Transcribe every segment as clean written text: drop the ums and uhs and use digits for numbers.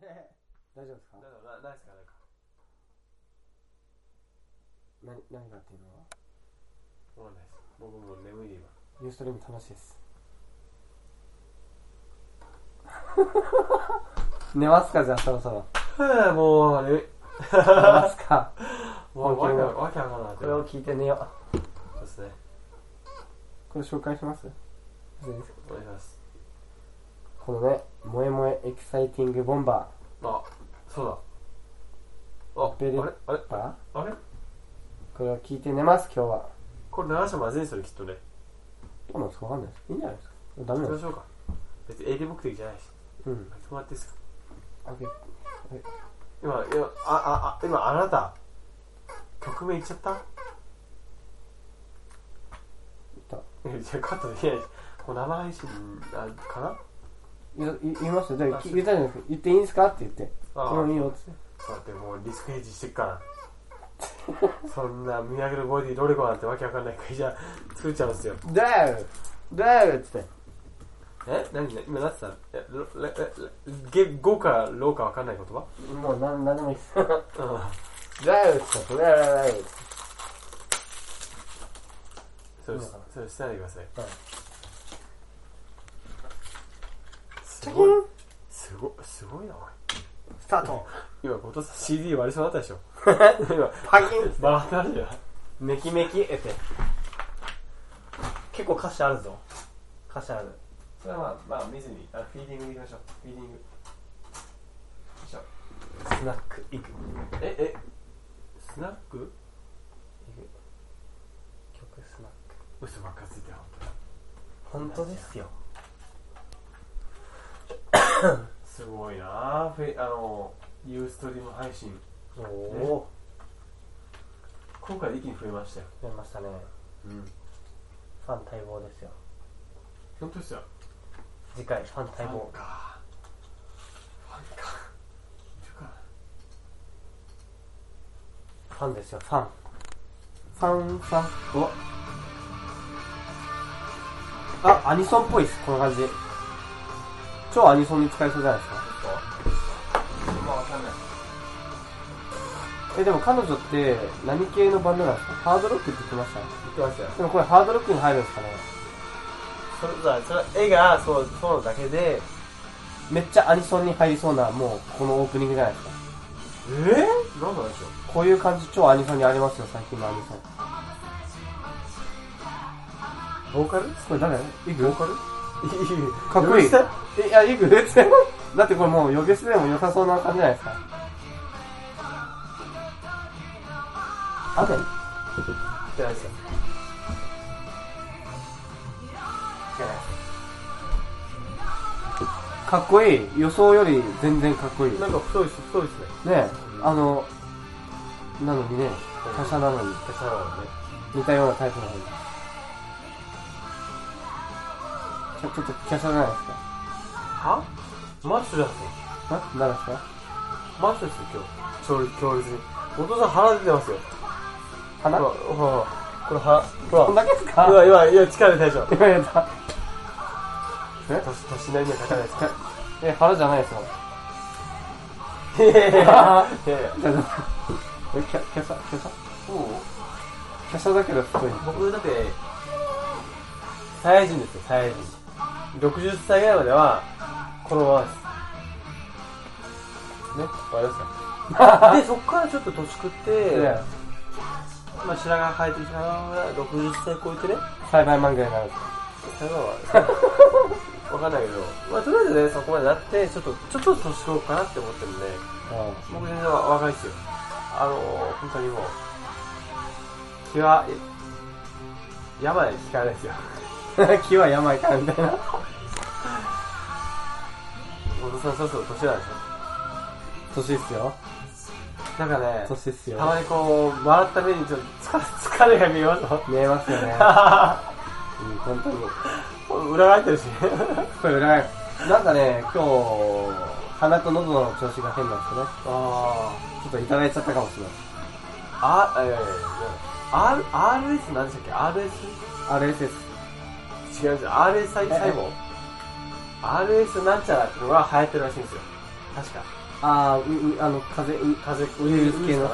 大丈夫ですか？ 何ですか？ 何がっていうのはわかんないです。僕も眠いで今。 ユーストリーム楽しいです寝ますか？じゃあそろそろもう寝ますか？ もうわけわかんない。 これを聞いて寝よう。 そうですね。 これ紹介します？ お願いします。 このね、萌え萌えエキサイティングボンバー。あ、そうだ。あ、 ベレッタ？あれこれを聞いて寝ます今日は。 これ流しちゃまずいですよね、きっとね。 どうなんですか？わかんないです。いいんじゃないですか？ダメなんですか？ どうしようか。別に営利目的じゃないし。 うん。 止まっていいですか？今あなた曲名言っちゃった？ 言った。 じゃカットできないし。こう生配信かな？ 言いました。言ったじゃないですか。言っていいんですかって言って。いいよって。 そうだってもうリスクヘッジしてっからそんな見上げるボディどれかなんてわけわかんない会社作っちゃうんですよ。 だよって何今なってた5かローかわかんない言葉？ もう何でもいいっす。だよってだよそれしてないでください。すごいなおい。 スタート。 今後藤さん CD 割りそうになったでしょ。 今パキンってバーってなるじゃん。 メキメキって結構歌詞あるぞ。歌詞ある。 それはまあ見ずにフィーディングいきましょう。フィーディングよいしょ。 スナック行く。 スナック行く。曲スナック。 嘘ばっかついてる。 本当ですよ。 すごいなぁ。ユーストリーム配信。 おお、 今回一気に増えましたよ。 増えましたね。 うん。 ファン待望ですよ。 本当ですよ。 次回ファン待望。 ファンか。いるか。 ファンですよ。ファン。お。アニソンっぽいです。この感じ。超アニソンに使えそうじゃないですか。 まあわかんない。 でも彼女って何系のバンドなんですか？ハードロックって言ってました？ 言ってましたよ。 でもこれハードロックに入るんですかね？ それ絵がそうだけでめっちゃアニソンに入りそうな、もうこのオープニングじゃないですか。 なんなんでしょう。 こういう感じ超アニソンにありますよ、最近のアニソン。 ボーカル？ これ誰？イグ？ ボーカル？ かっこいい。いや、イグって。だってこれもう呼び捨てでも良さそうな感じじゃないですか。アデル？ じゃないですよ。 かっこいい。予想より全然かっこいい。 なんか太いですね。 ねえ、なのにね、華奢なのに。 華奢なのにね。 似たようなタイプなのに。ちょっと華奢じゃないですか。 は？マッチョじゃんすか？ 何ですか？ マッチョですよ、今日。強烈に。お父さん腹出てますよ。 鼻？ ほら。これ腹、ほら。 こんだけですか？ 今、力入れたでしょ。 今やった。 年なりには書かないですか？ 腹じゃないですよ。 いやいやいや。 華奢だけど太い。 僕だって、サイヤ人ですよ、サイヤ人。60歳ぐらいまでは、このままです。ね、わかりますか？で、そっからちょっと年食って、まあ白髪生えてきたら、60歳超えてね。 栽培マンぐらいになる。 栽培は、わかんないけど、まあとりあえずね、そこまでなって、ちょっと年取ろうかなって思ってるんで、僕全然若いですよ。本当にもう、気は、病に聞かないですよ。 気は病かみたいな。 お父さんそろそろ年なんでしょ？ 年っすよ。 なんかね、 年っすよ。 たまにこう、笑った目にちょっと疲れが見えますよ。 見えますよね。本当に。 裏返ってるし。 これ裏返る。なんかね、今日、鼻と喉の調子が変なんですよね。ちょっといただいちゃったかもしれない。 RS 何でしたっけ？ RSS。 違うんですよ。RS 細胞？RS なんちゃらってのが流行ってるらしいんですよ。確か。 あー、風ウイルス系の。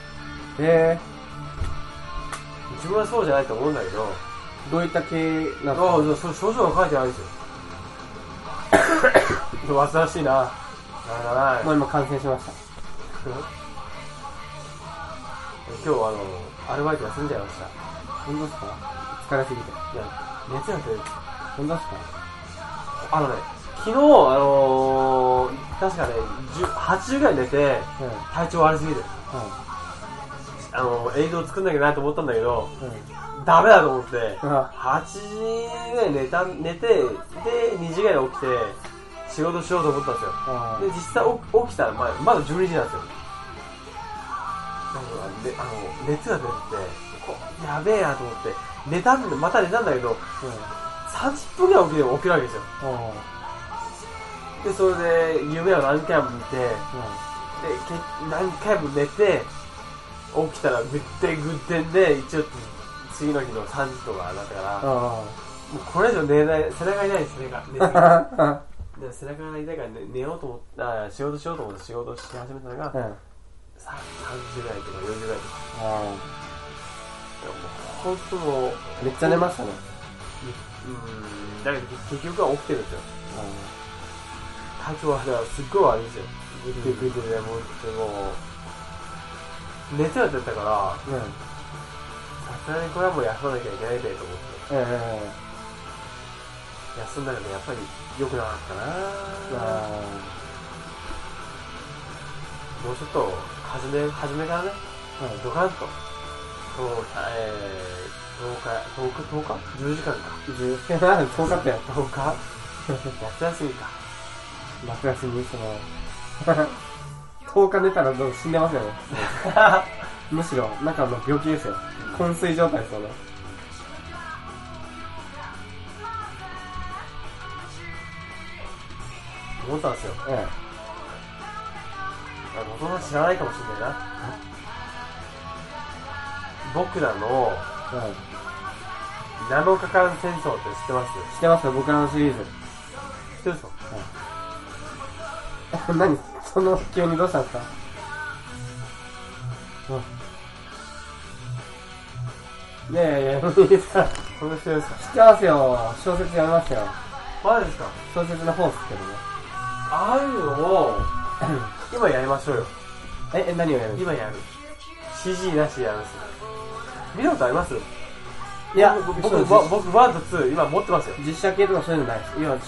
自分はそうじゃないと思うんだけど。 どういった系なの？そう、症状が書いてないんですよ。煩わしいな。 もう今感染しました。 今日アルバイト休んじゃいました。 本当ですか？疲れすぎて。 いや、熱が出る。 本当ですか？ 昨日、確かね、8時ぐらい寝て、体調悪すぎる。映像作んなきゃなと思ったんだけど、ダメだと思って、8時ぐらい寝て、で、2時ぐらいに起きて、仕事しようと思ったんですよ。で、実際起きたらまだ12時なんですよ。熱が出て、やべえなと思って、また寝たんだけど、30分ぐらい起きるわけですよ。で、それで、夢を何回も見て、で、何回も寝て、起きたらぐってんで、一応、次の日の3時とかだったから、もうこれ以上寝れない、背中痛いです、背中が痛いから寝ようと思った、仕事しようと思って仕事し始めたのが、3時ぐらいとか4時ぐらいとか。本当もう、 めっちゃ寝ましたね。 だけど結局は起きてるんですよ。体調はだからすっごい悪いんですよ。ぐってでもう熱が出たから、さすがにこれはもう休まなきゃいけないでと思って、休んだけどやっぱり良くなかったな。もうちょっと初めからね、ドカンと10日10時間か 10日ってや 10日夏休みか。 夏休み10日寝たら死んでますよね。むしろ中の病気ですよ。昏睡状態ですよね。 思ったんですよ。大人知らないかもしれないな。僕らの7日間戦争って知ってます？ 知ってますよ、僕らのシリーズ。 知ってるんですか？ 何その急にどうしたんですか？いやいいですか？ その人ですか？ 知ってますよ。小説読みましたよ。 マジですか？ 小説の方ですけどね。 ああいうのを今やりましょうよ。 何をやる？ 今やる。CG なしでやるんですよ。見たことあります？ いや、 僕1と2今持ってますよ。 実写系とかそういうのないです。今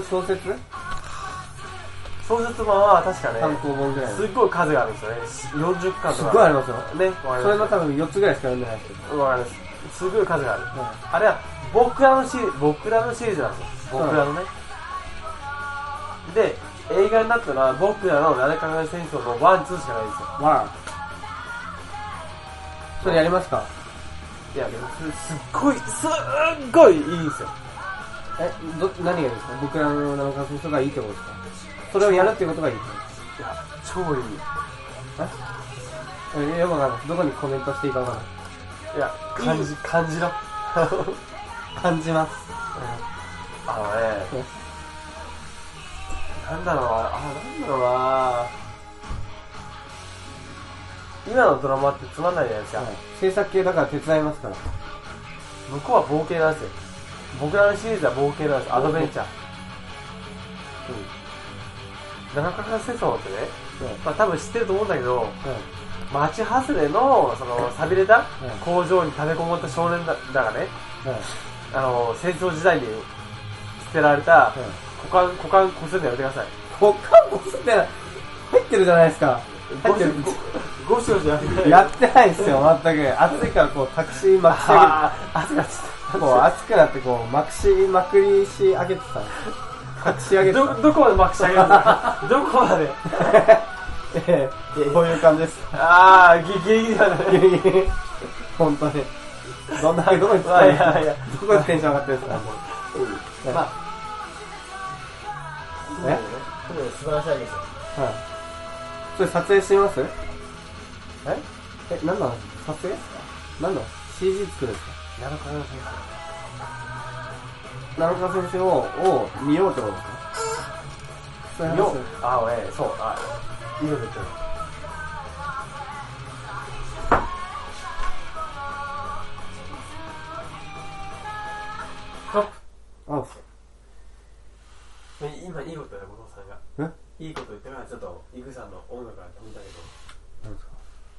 小説版は確かね、 単行本ぐらいすっごい数があるんですよね。40巻とか。 すっごいありますよ。 ね、 それの多分4つぐらいしか読んでないですけど。 わかります。すごい数がある。あれは僕らのシリーズなんですよ。僕らのね。で、映画になったら僕らの7日間戦争の1、2しかないんですよ。 それやりますか？ いや、でもすっごいいいんですよ。 何がいいんですか？僕らの7日間戦争がいいってことですか？それをやるってことがいい。いや、超いい。 よくわかんない。どこにコメントしていいかわかんない。 いや、感じろ。 感じます。 なんだろうな。今のドラマってつまんないじゃないですか。 制作系だから手伝いますから。 向こうは冒険なんですよ。僕らのシリーズは冒険なんです。アドベンチャー。7日間戦争ってね、多分知ってると思うんだけど、町外れの寂れた工場に立てこもった少年だがね、戦争時代に捨てられた股間こするのやめてください。 股間こすって入ってるじゃないですか。入ってる。 ゴシゴシやってない。 やってないですよ、全く。暑いからこう、タクシーまくし上げて、こう、暑くなってこう、まくりし上げてた。隠し上げてた。 どこまでまくし上げるんだどこまでこういう感じです。 ギリギリだね。 本当に。どこにどこでテンション上がってるんですか？ 素晴らしいわけですよ。 それ撮影してみます？何なの？撮影ですか？何の CG 作るんですか？7日先生を見ようってことですか？ 見よう。そう。 いいこと言ったよ。ストップ。 あ、 今いいことだよ、後藤さんが。いいこと言ったから、ちょっとイグさんの音楽が止めたけど。 なんですか。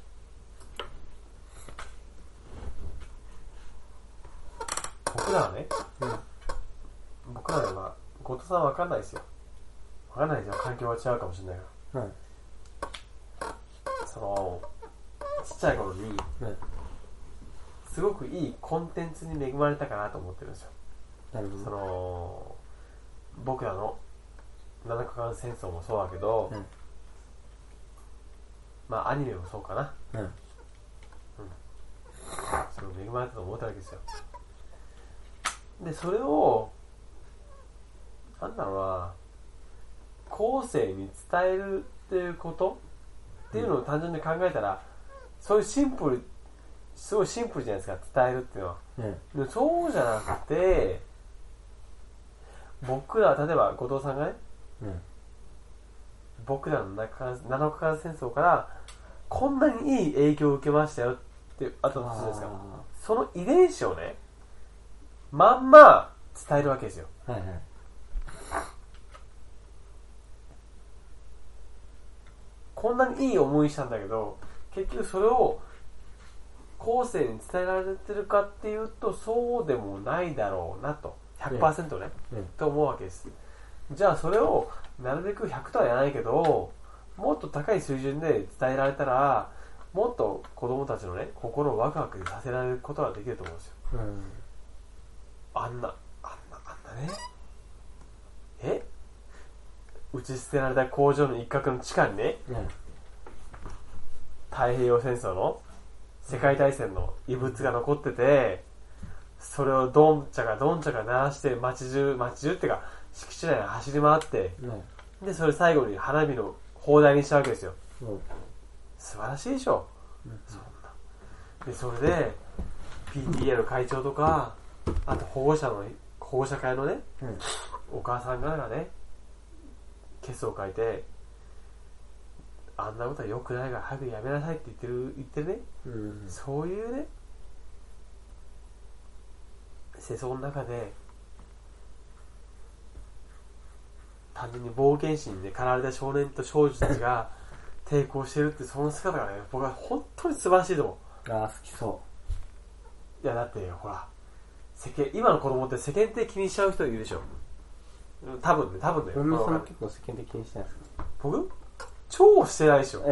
僕らはね、僕らは後藤さんは分かんないですよ。分かんないですよ。環境は違うかもしれないから。 はい。 そのちっちゃい頃に、すごくいいコンテンツに恵まれたかなと思ってるんですよ。 なるほど。 その僕らの7日間戦争もそうだけど、まあアニメもそうかな。それを恵まれたと思ったわけですよ。でそれをなんだろうな、後世に伝えるっていうことっていうのを単純に考えたら、そういうシンプル、すごいシンプルじゃないですか、伝えるっていうのは。でもそうじゃなくて、僕ら、例えば後藤さんがね、僕らの7日間戦争からこんなにいい影響を受けましたよってあったとするんですか。その遺伝子をね、まんま伝えるわけですよ。こんなにいい思いしたんだけど、結局それを後世に伝えられてるかっていうと、そうでもないだろうなと 100% ね、と思うわけです。じゃあそれをなるべく100とは言わないけど、もっと高い水準で伝えられたら、もっと子供たちのね、心をワクワクさせられることができると思うんですよ。あんなね、打ち捨てられた工場の一角の地下にね、太平洋戦争の世界大戦の遺物が残ってて、それをどんちゃか鳴らして街中っていうか敷地内を走り回って、でそれ最後に花火の砲台にしたわけですよ。素晴らしいでしょ。そんなでそれで PTA の会長とか、あと保護者会のね、お母さん方がね、ケスを書いて、あんなことは良くないから早くやめなさいって言ってるね、そういうね、世相の中で単純に冒険心で駆られた少年と少女たちが抵抗してるって、その姿がね、僕は本当に素晴らしいと思う。 好きそう。 いやだってほら、今の子供って世間体気にしちゃう人いるでしょ。多分だよ。 嫁さん結構世間的にしてないですか。 僕超してないでしょ。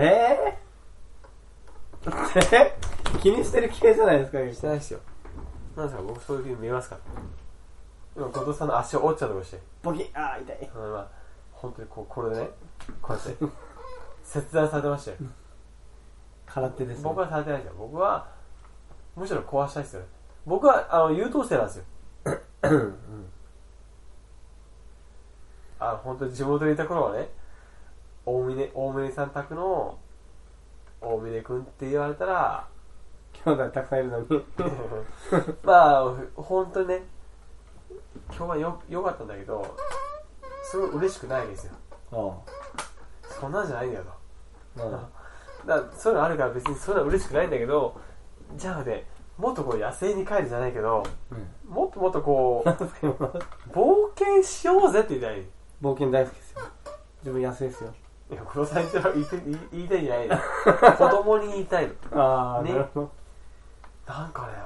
気にしてる系じゃないですか。 してないですよ。なんですか、僕そういう風に見えますか。今後藤さんの足を折っちゃうとこしてボキッ、痛い。 本当にこれでね、こうやって切断されてましたよ。 空手ですね。 僕はされてないですよ。僕はむしろ壊したいですよね。僕は優等生なんですよ。本当に地元にいた頃はね、大峰さん宅の大峰君って言われたら、 兄弟たくさんいるのにまあ本当にね、今日は良かったんだけど、すごい嬉しくないですよ。そんなんじゃないんだよと。だからそういうのあるから別にそういうのは嬉しくないんだけど、じゃあね、もっとこう野生に帰るじゃないけど、もっともっとこう冒険しようぜって言いたい。 冒険大好きですよ。自分安いですよ。 いや、黒沢さんは言いたいんじゃないの。子供に言いたいの。 なるほど。 なんかね、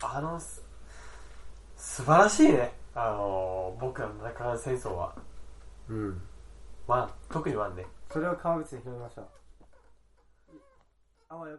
素晴らしいね。僕らの中間戦争は。特にワンね。 それを川口で広めましょう。